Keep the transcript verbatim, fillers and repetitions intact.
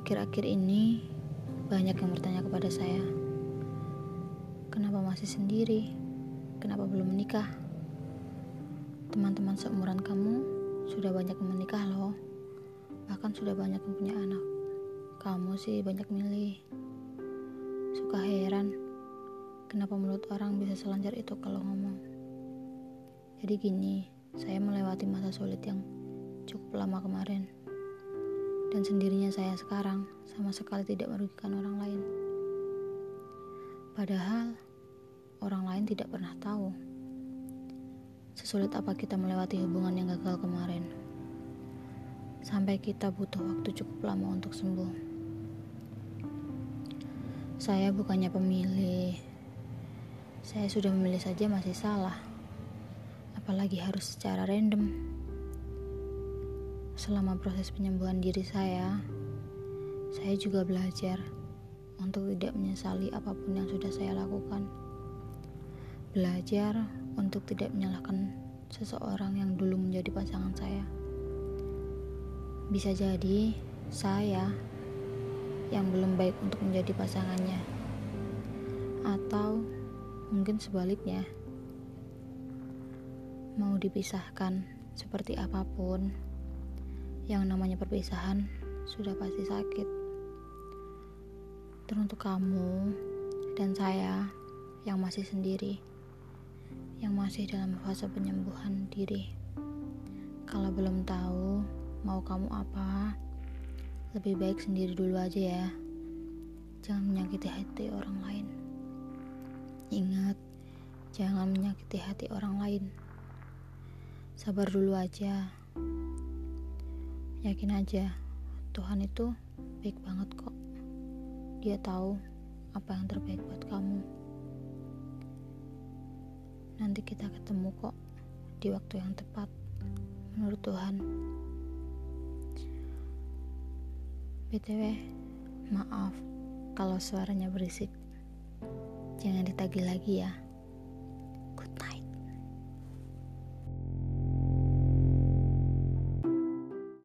Akhir-akhir ini banyak yang bertanya kepada saya, kenapa masih sendiri? Kenapa belum menikah? Teman-teman seumuran kamu sudah banyak yang menikah loh. Bahkan sudah banyak yang punya anak. Kamu sih banyak milih. Suka heran, kenapa mulut orang bisa selancar itu kalau ngomong. Jadi gini, saya melewati masa sulit yang cukup lama kemarin. Dan sendirinya saya sekarang sama sekali tidak merugikan orang lain. Padahal orang lain tidak pernah tahu sesulit apa kita melewati hubungan yang gagal kemarin. Sampai kita butuh waktu cukup lama untuk sembuh. Saya bukannya pemilih. Saya sudah memilih saja masih salah. Apalagi harus secara random. Selama proses penyembuhan diri saya, saya juga belajar untuk tidak menyesali apapun yang sudah saya lakukan. Belajar untuk tidak menyalahkan seseorang yang dulu menjadi pasangan saya. Bisa jadi saya yang belum baik untuk menjadi pasangannya. Atau mungkin sebaliknya. Mau dipisahkan seperti apapun, yang namanya perpisahan sudah pasti sakit. Teruntuk kamu dan saya yang masih sendiri, yang masih dalam fase penyembuhan diri. Kalau belum tahu mau kamu apa, lebih baik sendiri dulu aja ya. Jangan menyakiti hati orang lain. Ingat, jangan menyakiti hati orang lain. Sabar dulu aja. Yakin aja, Tuhan itu baik banget kok. Dia tahu apa yang terbaik buat kamu. Nanti kita ketemu kok di waktu yang tepat menurut Tuhan. B T W, maaf kalau suaranya berisik. Jangan ditagih lagi ya.